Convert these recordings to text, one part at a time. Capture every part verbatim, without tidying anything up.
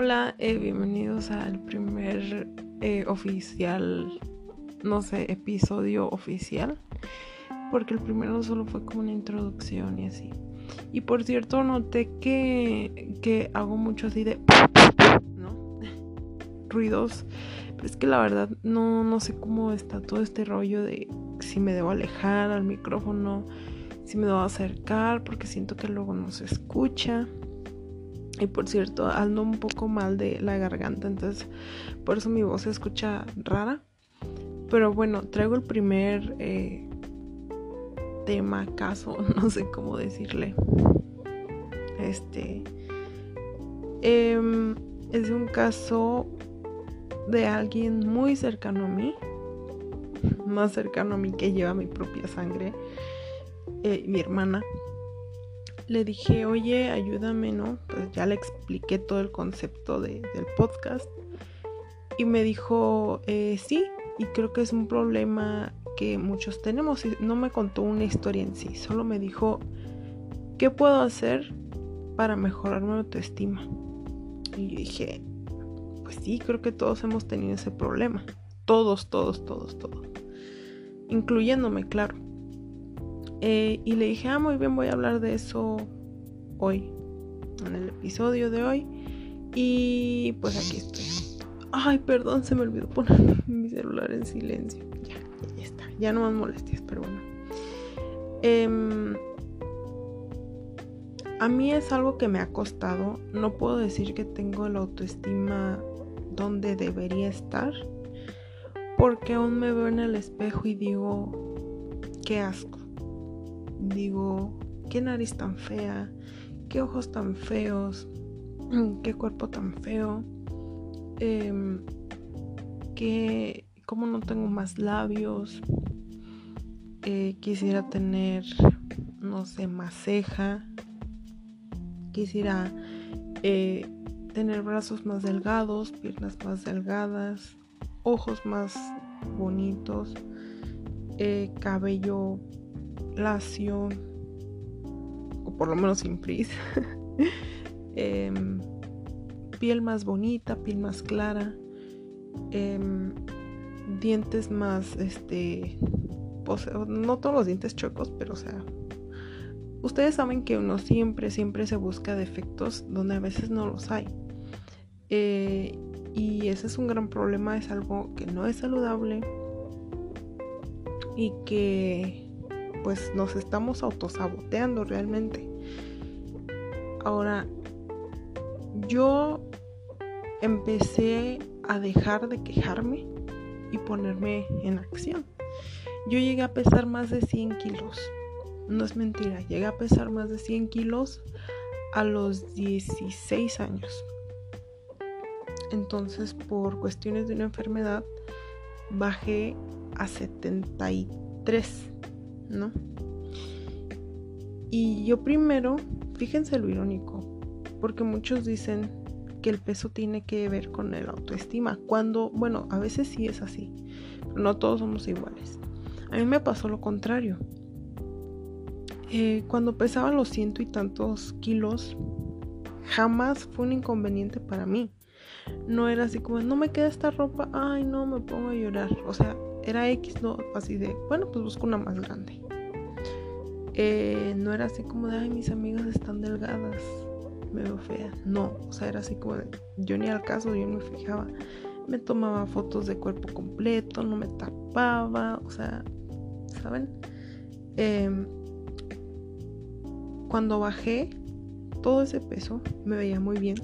Hola, eh, bienvenidos al primer eh, oficial, no sé, episodio oficial, porque el primero solo fue como una introducción y así. Y por cierto, noté que, que hago mucho así de, ¿no? ruidos, pero es que la verdad no, no sé cómo está todo este rollo de si me debo alejar al micrófono, si me debo acercar, porque siento que luego no se escucha. Y por cierto, ando un poco mal de la garganta, entonces por eso mi voz se escucha rara. Pero bueno, traigo el primer eh, tema, caso, no sé cómo decirle. Este eh, es un caso de alguien muy cercano a mí, más cercano a mí que lleva mi propia sangre, eh, mi hermana. Le dije, oye, ayúdame, ¿no? Pues ya le expliqué todo el concepto de, del podcast. Y me dijo, eh, sí, y creo que es un problema que muchos tenemos. Y no me contó una historia en sí, solo me dijo, ¿qué puedo hacer para mejorar mi autoestima? Y yo dije, pues sí, creo que todos hemos tenido ese problema. Todos, todos, todos, todos. Incluyéndome, claro. Eh, y le dije, ah, muy bien, voy a hablar de eso hoy, en el episodio de hoy. Y pues aquí estoy. Ay, perdón, se me olvidó poner mi celular en silencio. Ya, ya está, ya no más molestias, pero bueno. Eh, a mí es algo que me ha costado. No puedo decir que tengo la autoestima donde debería estar, porque aún me veo en el espejo y digo, qué asco. Digo, qué nariz tan fea, qué ojos tan feos, qué cuerpo tan feo, eh, que cómo no tengo más labios, eh, quisiera tener, no sé, más ceja, quisiera eh, tener brazos más delgados, piernas más delgadas, ojos más bonitos, eh, cabello lacio, o por lo menos sin frizz, eh, piel más bonita, piel más clara, eh, dientes más, este, pues, no todos los dientes chuecos, pero o sea, ustedes saben que uno siempre, siempre se busca defectos donde a veces no los hay, eh, y ese es un gran problema, es algo que no es saludable y que pues nos estamos autosaboteando realmente. Ahora, yo empecé a dejar de quejarme y ponerme en acción. Yo llegué a pesar más de cien kilos. No es mentira, llegué a pesar más de cien kilos a los dieciséis años. Entonces, por cuestiones de una enfermedad, bajé a setenta y tres, ¿no? Y yo primero, fíjense lo irónico, porque muchos dicen que el peso tiene que ver con el autoestima, cuando, bueno, a veces sí es así, pero no todos somos iguales. A mí me pasó lo contrario. Eh, cuando pesaba los ciento y tantos kilos, jamás fue un inconveniente para mí. No era así como, no me queda esta ropa, ay no, me pongo a llorar. O sea, era X, no, así de, bueno, pues busco una más grande. Eh, no era así como de, ay, mis amigas están delgadas, me veo fea. No, o sea, era así como de, yo ni al caso, yo no me fijaba. Me tomaba fotos de cuerpo completo, no me tapaba, o sea, ¿saben? Eh, cuando bajé todo ese peso, me veía muy bien.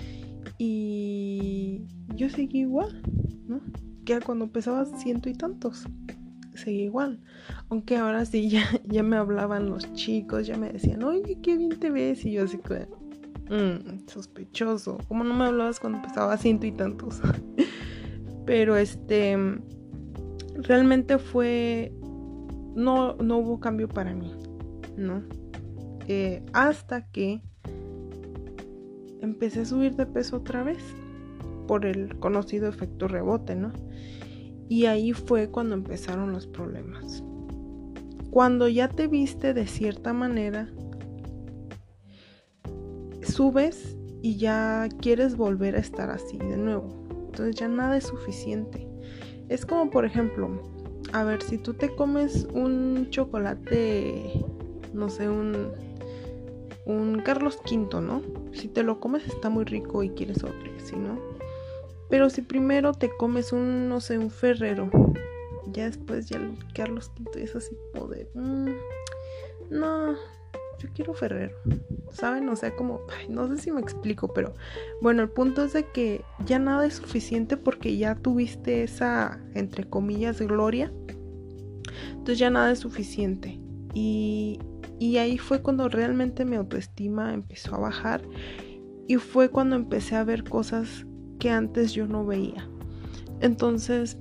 Y yo seguí igual, ¿no? Que cuando pesaba ciento y tantos, seguí igual. Aunque ahora sí ya, ya me hablaban los chicos, ya me decían, oye, qué bien te ves. Y yo así como, mmm, sospechoso. ¿Cómo no me hablabas cuando pesaba ciento y tantos? Pero este, realmente fue, no, no hubo cambio para mí, ¿no? Eh, hasta que empecé a subir de peso otra vez por el conocido efecto rebote, ¿no? Y ahí fue cuando empezaron los problemas. Cuando ya te viste de cierta manera, subes y ya quieres volver a estar así de nuevo. Entonces ya nada es suficiente. Es como, por ejemplo, a ver, si tú te comes un chocolate, no sé, un, un Carlos Quinto, ¿no? Si te lo comes está muy rico y quieres otro, ¿sí, no? Pero si primero te comes un, no sé, un Ferrero, ya después ya el Carlos Quinto es así poder. Mm, no, yo quiero Ferrero, ¿saben? O sea, como, ay, no sé si me explico, pero bueno, el punto es de que ya nada es suficiente porque ya tuviste esa, entre comillas, gloria. Entonces ya nada es suficiente. Y, y ahí fue cuando realmente mi autoestima empezó a bajar. Y fue cuando empecé a ver cosas que antes yo no veía. Entonces,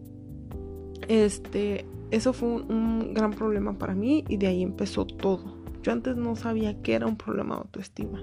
este, eso fue un, un gran problema para mí y de ahí empezó todo. Yo antes no sabía que era un problema de autoestima.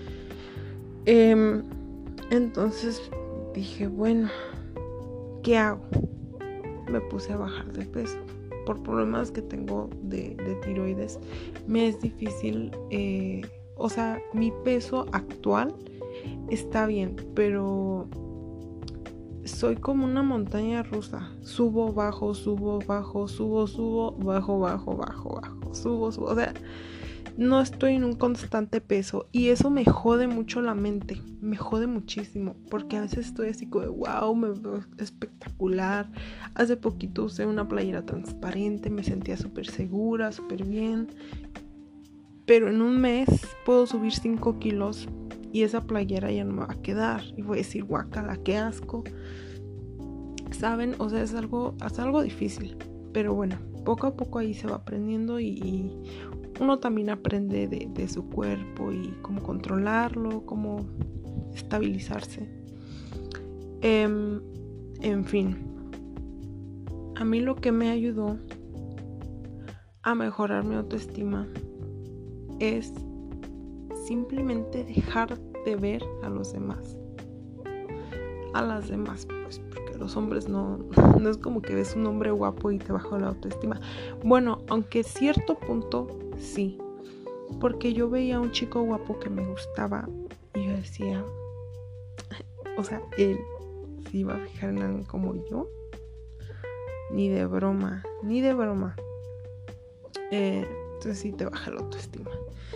Eh, entonces dije, bueno, ¿qué hago? Me puse a bajar de peso. Por problemas que tengo de, de tiroides, me es difícil, eh, o sea, mi peso actual está bien, pero soy como una montaña rusa. Subo, bajo, subo, bajo, subo, subo, bajo, bajo, bajo, bajo, subo, subo. O sea, no estoy en un constante peso y eso me jode mucho la mente, me jode muchísimo, porque a veces estoy así como de wow, me veo espectacular. Hace poquito usé una playera transparente, me sentía súper segura, súper bien, pero en un mes puedo subir cinco kilos y esa playera ya no me va a quedar y voy a decir guácala, qué asco, ¿saben? O sea, es algo, es algo difícil, pero bueno, poco a poco ahí se va aprendiendo y, y uno también aprende de, de su cuerpo y cómo controlarlo, cómo estabilizarse. Eh, en fin, a mí lo que me ayudó a mejorar mi autoestima es simplemente dejar de ver a los demás. A las demás, pues, porque los hombres no, no es como que ves un hombre guapo y te baja la autoestima. Bueno, aunque cierto punto sí, porque yo veía a un chico guapo que me gustaba y yo decía, o sea, él se iba a fijar en alguien como yo, ni de broma, ni de broma. Eh, entonces sí te baja la autoestima.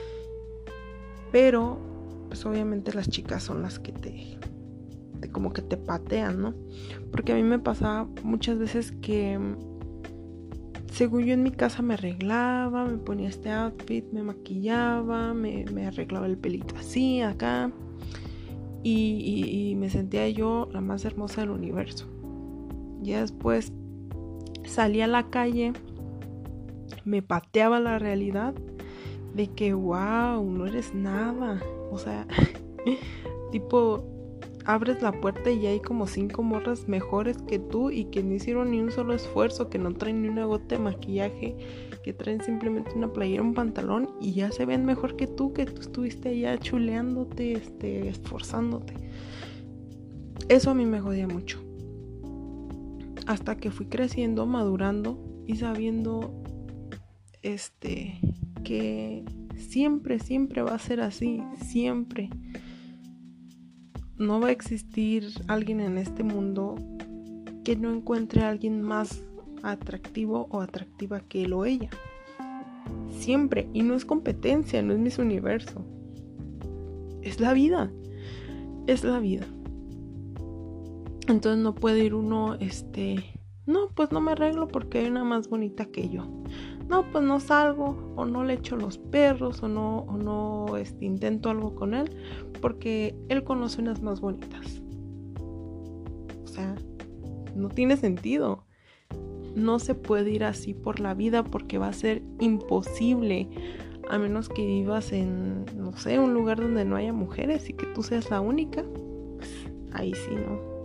Pero, pues obviamente las chicas son las que te, te como que te patean, ¿no? Porque a mí me pasaba muchas veces que según yo en mi casa me arreglaba, me ponía este outfit, me maquillaba, me, me arreglaba el pelito así, acá. Y, y, y me sentía yo la más hermosa del universo. Ya después salí a la calle, me pateaba la realidad de que, wow, no eres nada. O sea, tipo, abres la puerta y ya hay como cinco morras mejores que tú y que no hicieron ni un solo esfuerzo, que no traen ni una gota de maquillaje, que traen simplemente una playera, un pantalón y ya se ven mejor que tú, que tú estuviste allá chuleándote, este, esforzándote. Eso a mí me jodía mucho. Hasta que fui creciendo, madurando y sabiendo este que siempre, siempre va a ser así, siempre. No va a existir alguien en este mundo que no encuentre a alguien más atractivo o atractiva que él o ella. Siempre. Y no es competencia, no es Miss Universo. Es la vida. Es la vida. Entonces no puede ir uno, este... No, pues no me arreglo porque hay una más bonita que yo. No, pues no salgo o no le echo los perros o no, o no este, intento algo con él porque él conoce unas más bonitas. O sea, no tiene sentido. No se puede ir así por la vida porque va a ser imposible, a menos que vivas en, no sé, un lugar donde no haya mujeres y que tú seas la única. Pues ahí sí, ¿no?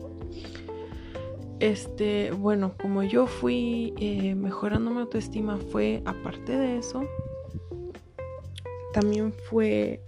Este, bueno, como yo fui eh, mejorando mi autoestima, fue, aparte de eso, también fue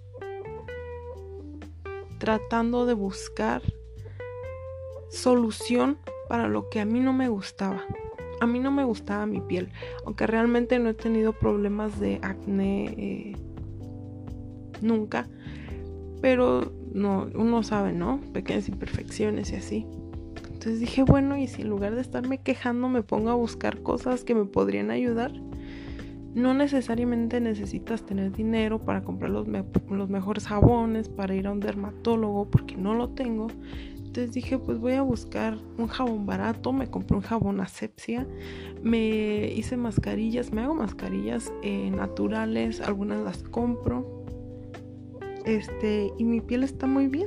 tratando de buscar solución para lo que a mí no me gustaba. A mí no me gustaba mi piel, aunque realmente no he tenido problemas de acné eh, nunca, pero no, uno sabe, ¿no? Pequeñas imperfecciones y así. Entonces dije, bueno, y si en lugar de estarme quejando me pongo a buscar cosas que me podrían ayudar. No necesariamente necesitas tener dinero para comprar los, me- los mejores jabones, para ir a un dermatólogo, porque no lo tengo. Entonces dije, pues voy a buscar un jabón barato. Me compré un jabón asepsia, me hice mascarillas, me hago mascarillas eh, naturales, algunas las compro, este, y mi piel está muy bien.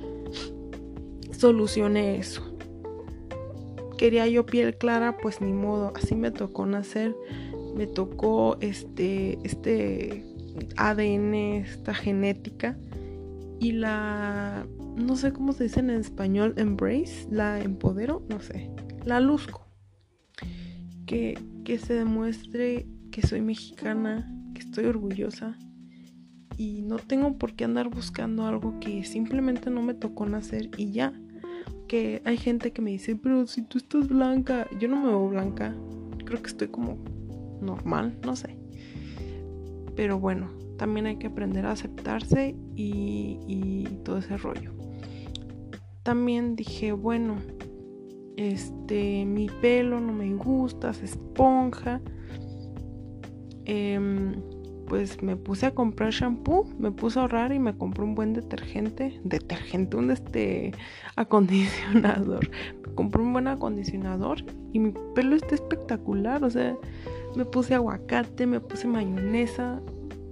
Solucioné eso. Quería yo piel clara, pues ni modo, así me tocó nacer. Me tocó este, este A D N, esta genética, y la, no sé cómo se dice en español, embrace, la empodero, no sé, la luzco. Que, que se demuestre que soy mexicana, que estoy orgullosa y no tengo por qué andar buscando algo que simplemente no me tocó nacer y ya. Que hay gente que me dice, pero si tú estás blanca, yo no me veo blanca, creo que estoy como normal, no sé. Pero bueno, también hay que aprender a aceptarse y, y todo ese rollo. También dije, bueno, este, mi pelo no me gusta, se esponja. Eh, pues me puse a comprar shampoo, me puse a ahorrar y me compré un buen detergente, detergente, un este acondicionador. Me compré un buen acondicionador y mi pelo está espectacular, o sea, me puse aguacate, me puse mayonesa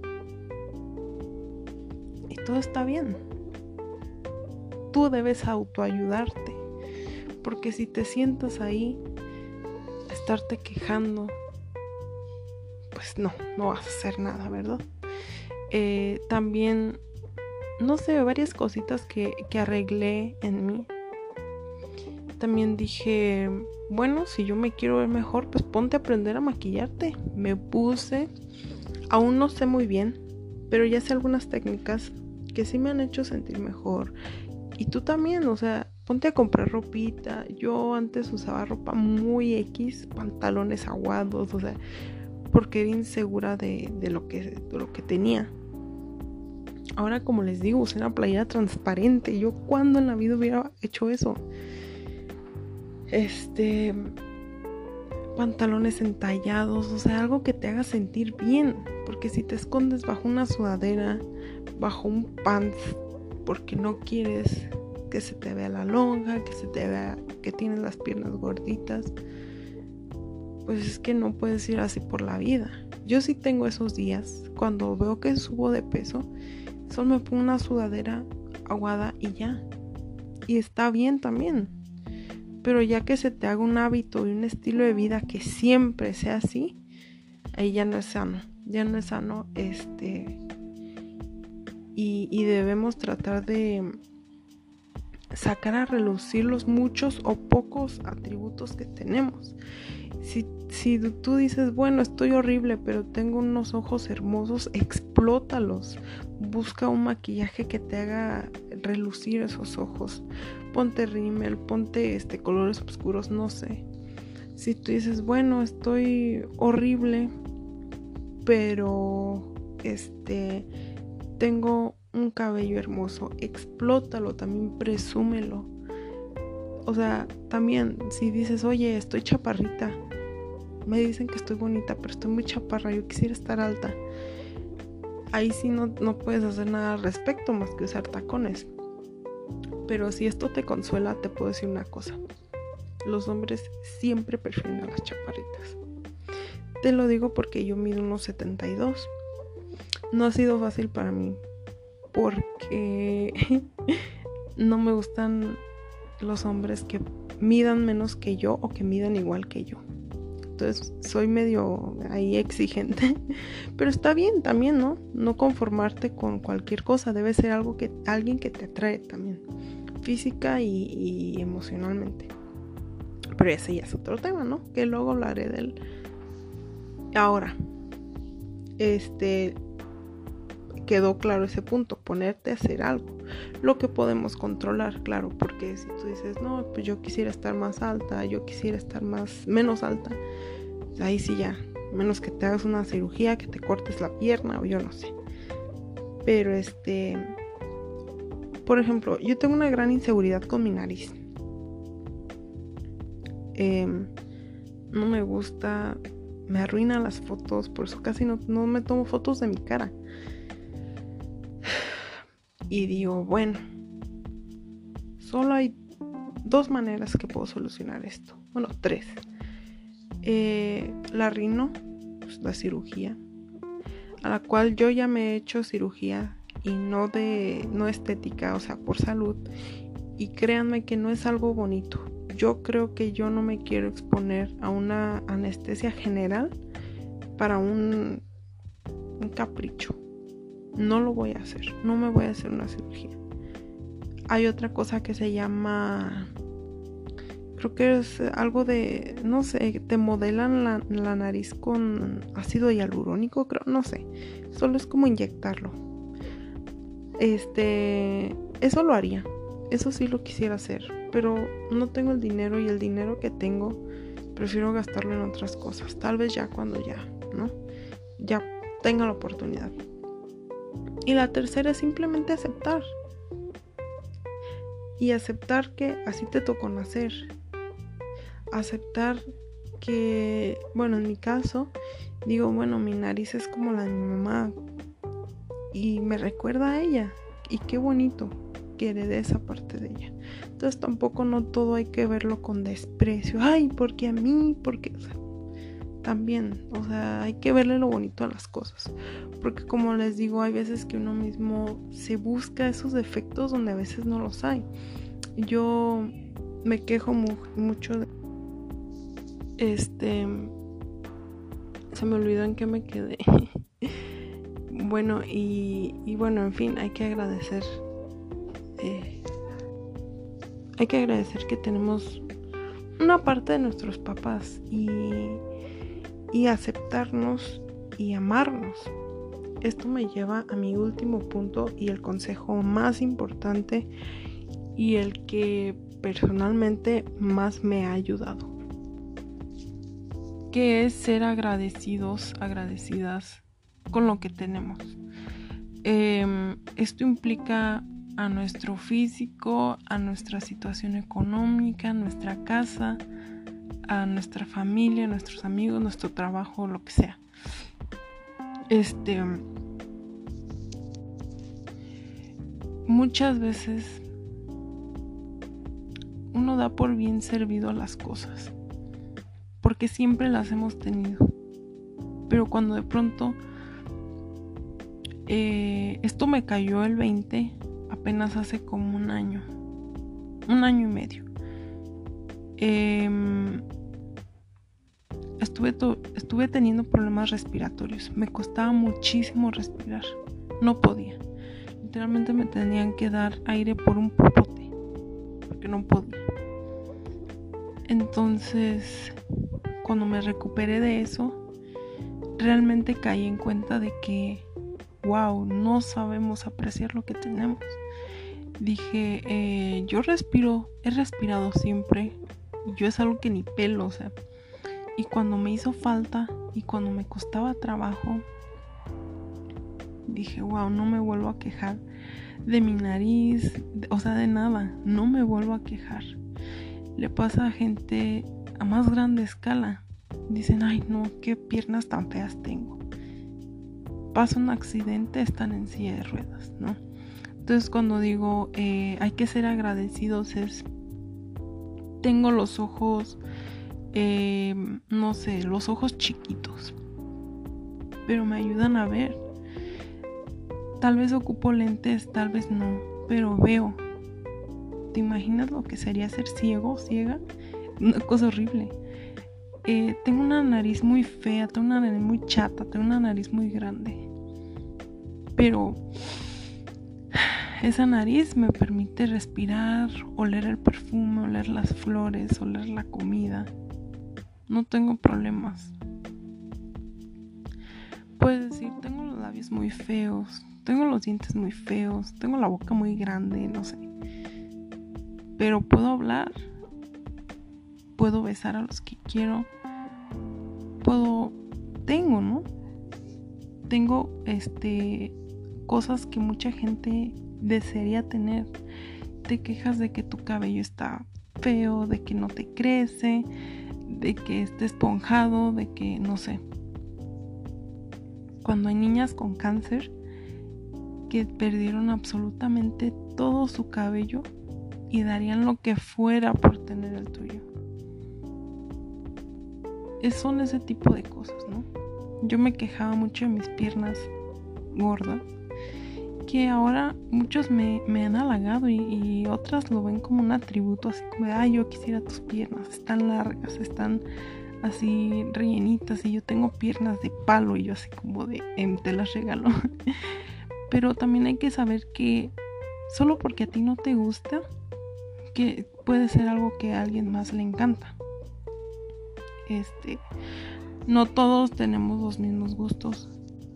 y todo está bien. Tú debes autoayudarte, porque si te sientas ahí a estarte quejando, pues no, no vas a hacer nada, ¿verdad? Eh, también, no sé, varias cositas que, que arreglé en mí. También dije, bueno, si yo me quiero ver mejor, pues ponte a aprender a maquillarte. Me puse, aún no sé muy bien, pero ya sé algunas técnicas que sí me han hecho sentir mejor. Y tú también, o sea, ponte a comprar ropita. Yo antes usaba ropa muy X, pantalones aguados, o sea, porque era insegura de, de, lo que, de lo que tenía. Ahora, como les digo, usé una playera transparente. Yo, ¿cuándo en la vida hubiera hecho eso? Este, pantalones entallados, o sea, algo que te haga sentir bien. Porque si te escondes bajo una sudadera, bajo un pants, porque no quieres que se te vea la lonja, que se te vea que tienes las piernas gorditas, pues es que no puedes ir así por la vida. Yo sí tengo esos días, cuando veo que subo de peso, solo me pongo una sudadera aguada y ya. Y está bien también. Pero ya que se te haga un hábito y un estilo de vida que siempre sea así, ahí ya no es sano. Ya no es sano, este... Y, y debemos tratar de sacar a relucir los muchos o pocos atributos que tenemos. Si, si tú dices, bueno, estoy horrible, pero tengo unos ojos hermosos, explótalos. Busca un maquillaje que te haga relucir esos ojos. Ponte rímel, ponte este, colores oscuros, no sé. Si tú dices, bueno, estoy horrible, pero este, tengo un cabello hermoso, explótalo, también presúmelo. O sea, también si dices, oye, estoy chaparrita, me dicen que estoy bonita, pero estoy muy chaparra, yo quisiera estar alta. Ahí sí no, no puedes hacer nada al respecto más que usar tacones. Pero si esto te consuela, te puedo decir una cosa. Los hombres siempre prefieren a las chaparritas. Te lo digo porque yo mido unos setenta y dos. No ha sido fácil para mí porque no me gustan los hombres que midan menos que yo o que midan igual que yo. Entonces soy medio ahí exigente, pero está bien también, ¿no? No conformarte con cualquier cosa, debe ser algo que alguien que te atrae también, física y, y emocionalmente. Pero ese ya es otro tema, ¿no? Que luego hablaré de él. Ahora, este, quedó claro ese punto, ponerte a hacer algo, lo que podemos controlar, claro, porque si tú dices, no, pues yo quisiera estar más alta, yo quisiera estar más, menos alta, ahí sí ya, menos que te hagas una cirugía, que te cortes la pierna o yo no sé, pero este, por ejemplo, yo tengo una gran inseguridad con mi nariz. Eh, no me gusta, me arruina las fotos, por eso casi no, no me tomo fotos de mi cara. Y digo, bueno, solo hay dos maneras que puedo solucionar esto. Bueno, tres. Eh, la rino, pues la cirugía, a la cual yo ya me he hecho cirugía y no de no estética, o sea, por salud. Y créanme que no es algo bonito. Yo creo que yo no me quiero exponer a una anestesia general para un, un capricho. No lo voy a hacer, no me voy a hacer una cirugía. Hay otra cosa que se llama, creo que es algo de, no sé, te modelan la, la nariz con ácido hialurónico, creo, no sé. Solo es como inyectarlo. Este, eso lo haría, eso sí lo quisiera hacer, pero no tengo el dinero y el dinero que tengo prefiero gastarlo en otras cosas. Tal vez ya cuando ya, ¿no? Ya tenga la oportunidad. Y la tercera es simplemente aceptar. Y aceptar que así te tocó nacer. Aceptar que, bueno, en mi caso, digo, bueno, mi nariz es como la de mi mamá. Y me recuerda a ella. Y qué bonito que heredé esa parte de ella. Entonces tampoco no todo hay que verlo con desprecio. Ay, porque a mí, porque... O sea, también, o sea, hay que verle lo bonito a las cosas. Porque como les digo, hay veces que uno mismo se busca esos defectos donde a veces no los hay. Yo me quejo mu- mucho de... Este... Se me olvidó en qué me quedé. Bueno, y, y bueno, en fin, hay que agradecer. Eh, hay que agradecer que tenemos una parte de nuestros papás y, y aceptarnos y amarnos. Esto me lleva a mi último punto y el consejo más importante y el que personalmente más me ha ayudado, que es ser agradecidos, agradecidas con lo que tenemos. Eh, esto implica a nuestro físico, a nuestra situación económica, a nuestra casa, a nuestra familia, a nuestros amigos, nuestro trabajo, lo que sea. Este, muchas veces uno da por bien servido las cosas, porque siempre las hemos tenido. Pero cuando de pronto eh, esto me cayó el veinte apenas hace como un año, un año y medio. Eh, estuve, to- estuve teniendo problemas respiratorios. Me costaba muchísimo respirar. No podía. Literalmente me tenían que dar aire por un popote, porque no podía. Entonces, cuando me recuperé de eso, realmente caí en cuenta de que, wow, no sabemos apreciar lo que tenemos. Dije, eh, yo respiro, he respirado siempre, y yo es algo que ni pelo, o sea, y cuando me hizo falta y cuando me costaba trabajo, dije, wow, no me vuelvo a quejar de mi nariz, de, o sea, de nada, no me vuelvo a quejar. Le pasa a gente a más grande escala. Dicen, ay no, qué piernas tan feas tengo. Pasa un accidente, están en silla de ruedas, ¿no? Entonces cuando digo eh, hay que ser agradecidos es, tengo los ojos, eh, no sé, los ojos chiquitos, pero me ayudan a ver. Tal vez ocupo lentes, tal vez no, pero veo. ¿Te imaginas lo que sería ser ciego o ciega? Una cosa horrible. Eh, tengo una nariz muy fea, tengo una nariz muy chata, tengo una nariz muy grande. Pero esa nariz me permite respirar, oler el perfume, oler las flores, oler la comida. No tengo problemas. Puedes decir, tengo los labios muy feos, tengo los dientes muy feos, tengo la boca muy grande, no sé. Pero puedo hablar, puedo besar a los que quiero, puedo, tengo, ¿no? Tengo, este, cosas que mucha gente desearía tener. Te quejas de que tu cabello está feo, de que no te crece, de que esté esponjado, de que no sé. Cuando hay niñas con cáncer que perdieron absolutamente todo su cabello y darían lo que fuera por tener el tuyo. Es, son ese tipo de cosas, ¿no? Yo me quejaba mucho de mis piernas gordas, que ahora muchos me, me han halagado y, y otras lo ven como un atributo, así como de, ay, yo quisiera tus piernas, están largas, están así rellenitas y yo tengo piernas de palo y yo así como de, eh, te las regalo. Pero también hay que saber que solo porque a ti no te gusta, que puede ser algo que a alguien más le encanta. Este, no todos tenemos los mismos gustos.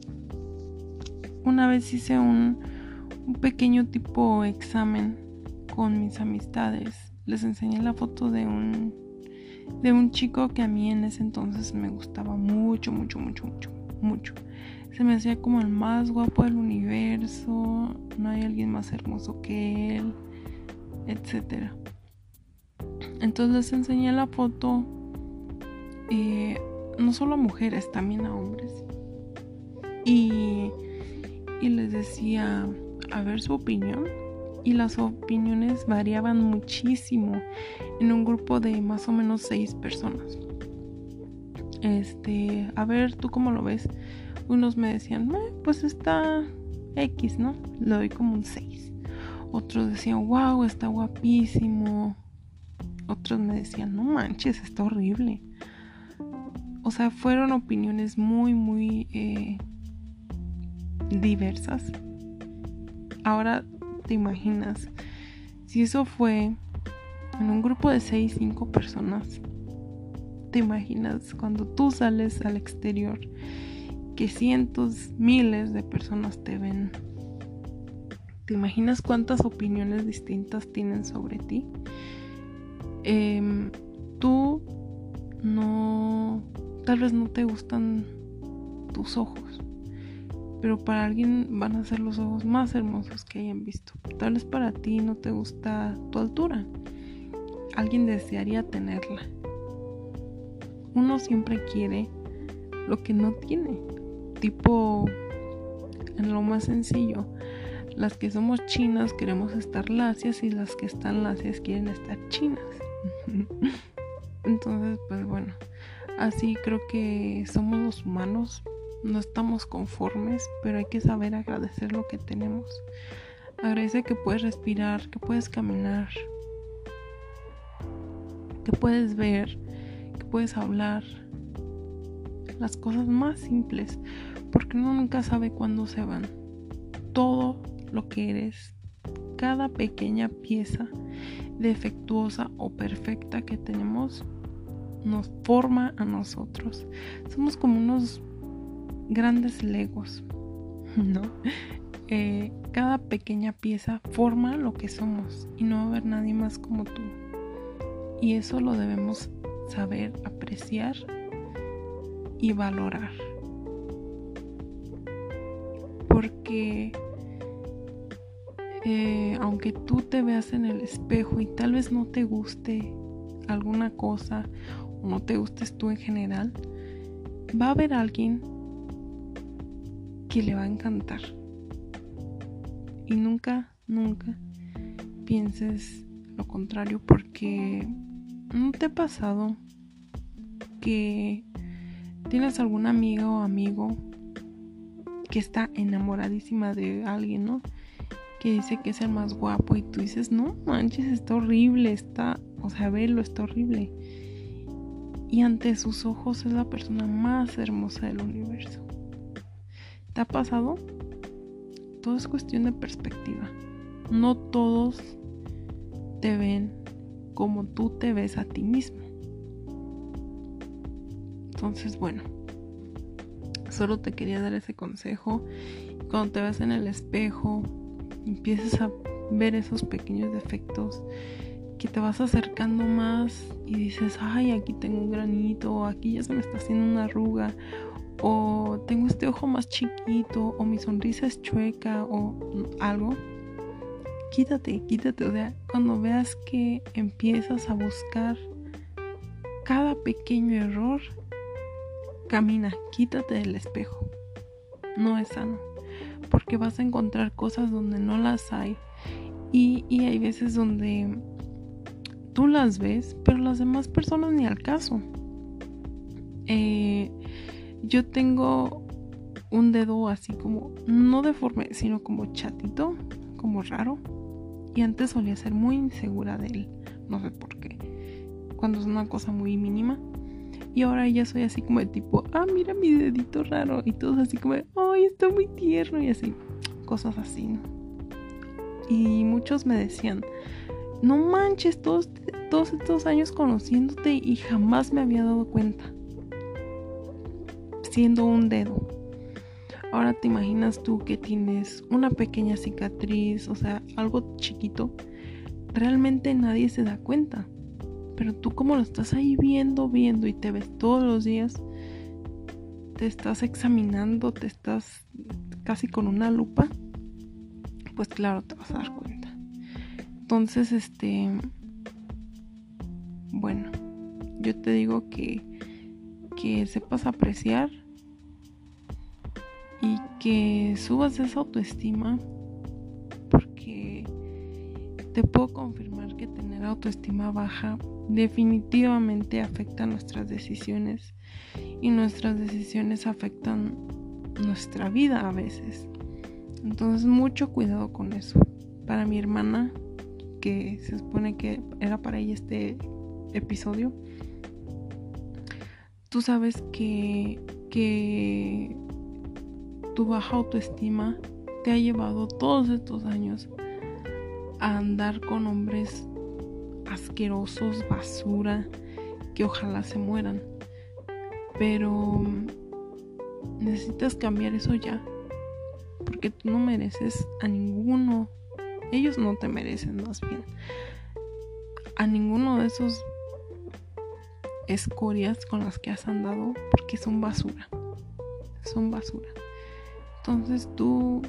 Una vez hice un, un pequeño tipo examen con mis amistades. Les enseñé la foto de un de un chico que a mí en ese entonces me gustaba mucho, mucho, mucho, mucho, mucho. Se me hacía como el más guapo del universo. No hay alguien más hermoso que él, etcétera. Entonces les enseñé la foto, eh, no solo a mujeres, también a hombres. Y Y les decía a ver su opinión, y las opiniones variaban muchísimo en un grupo de más o menos seis personas. Este, a ver, ¿tú cómo lo ves? Unos me decían, eh, pues está X, ¿no? Le doy como un seis. Otros decían, wow, está guapísimo. Otros me decían, no manches, está horrible. O sea, fueron opiniones muy, muy... Eh, diversas. Ahora te imaginas, si eso fue en un grupo de seis, cinco personas, te imaginas cuando tú sales al exterior, que cientos, miles de personas te ven. ¿Te imaginas cuántas opiniones distintas tienen sobre ti? Eh, tú no, tal vez no te gustan tus ojos, pero para alguien van a ser los ojos más hermosos que hayan visto. Tal vez para ti no te gusta tu altura. Alguien desearía tenerla. Uno siempre quiere lo que no tiene. Tipo, en lo más sencillo, las que somos chinas queremos estar lacias y las que están lacias quieren estar chinas. Entonces, pues bueno, así creo que somos los humanos. No estamos conformes, pero hay que saber agradecer lo que tenemos. Agradece que puedes respirar, que puedes caminar, que puedes ver, que puedes hablar. Las cosas más simples, porque uno nunca sabe cuándo se van. Todo lo que eres, cada pequeña pieza defectuosa o perfecta que tenemos, nos forma a nosotros. Somos como unos grandes legos, ¿no? Eh, cada pequeña pieza forma lo que somos y no va a haber nadie más como tú. Y eso lo debemos saber apreciar y valorar. Porque eh, aunque tú te veas en el espejo y tal vez no te guste alguna cosa o no te gustes tú en general, va a haber alguien que le va a encantar. Y nunca, nunca pienses lo contrario, porque ¿no te ha pasado que tienes alguna amiga o amigo que está enamoradísima de alguien, ¿no? Que dice que es el más guapo y tú dices, no manches, está horrible, está, o sea, velo, está horrible. Y ante sus ojos es la persona más hermosa del universo. ¿Te ha pasado? Todo es cuestión de perspectiva. No todos te ven como tú te ves a ti mismo. Entonces, bueno, solo te quería dar ese consejo. Cuando te ves en el espejo, empieces a ver esos pequeños defectos, que te vas acercando más y dices, ay, aquí tengo un granito, o aquí ya se me está haciendo una arruga, o tengo este ojo más chiquito, o mi sonrisa es chueca, o algo. quítate, quítate. O sea, cuando veas que empiezas a buscar cada pequeño error, camina, quítate del espejo. No es sano, porque vas a encontrar cosas donde no las hay. Y, y hay veces donde tú las ves, pero las demás personas ni al caso. Eh, yo tengo un dedo así como, no deforme, sino como chatito, como raro. Y antes solía ser muy insegura de él, no sé por qué, cuando es una cosa muy mínima. Y ahora ya soy así como de tipo, ah, mira mi dedito raro. Y todos así como, ay, está muy tierno. Y así, cosas así, ¿no? Y muchos me decían, no manches, todos, todos estos años conociéndote y jamás me había dado cuenta. Siendo un dedo. Ahora te imaginas tú que tienes una pequeña cicatriz, o sea, algo chiquito. Realmente nadie se da cuenta. Pero tú como lo estás ahí viendo, viendo y te ves todos los días, te estás examinando, te estás casi con una lupa, pues claro, te vas a dar cuenta. Entonces, este, bueno, yo te digo que, que sepas apreciar y que subas esa autoestima, porque te puedo confirmar que tener autoestima baja definitivamente afecta nuestras decisiones y nuestras decisiones afectan nuestra vida a veces. Entonces mucho cuidado con eso. Para mi hermana, que se supone que era para ella este episodio, tú sabes que, que tu baja autoestima te ha llevado todos estos años a andar con hombres asquerosos, basura, que ojalá se mueran. Pero necesitas cambiar eso ya, porque tú no mereces a ninguno. Ellos no te merecen, más bien, a ninguno de esos escorias con las que has andado, porque son basura. Son basura. Entonces tú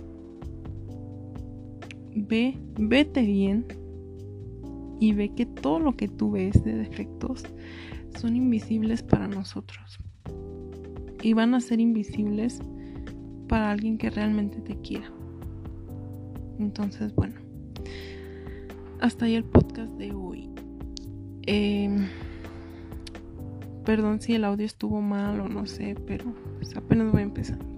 ve, vete bien y ve que todo lo que tú ves de defectos son invisibles para nosotros y van a ser invisibles para alguien que realmente te quiera. Entonces, bueno, hasta ahí el podcast de hoy. Eh, perdón si el audio estuvo mal o no sé, pero pues apenas voy a empezar.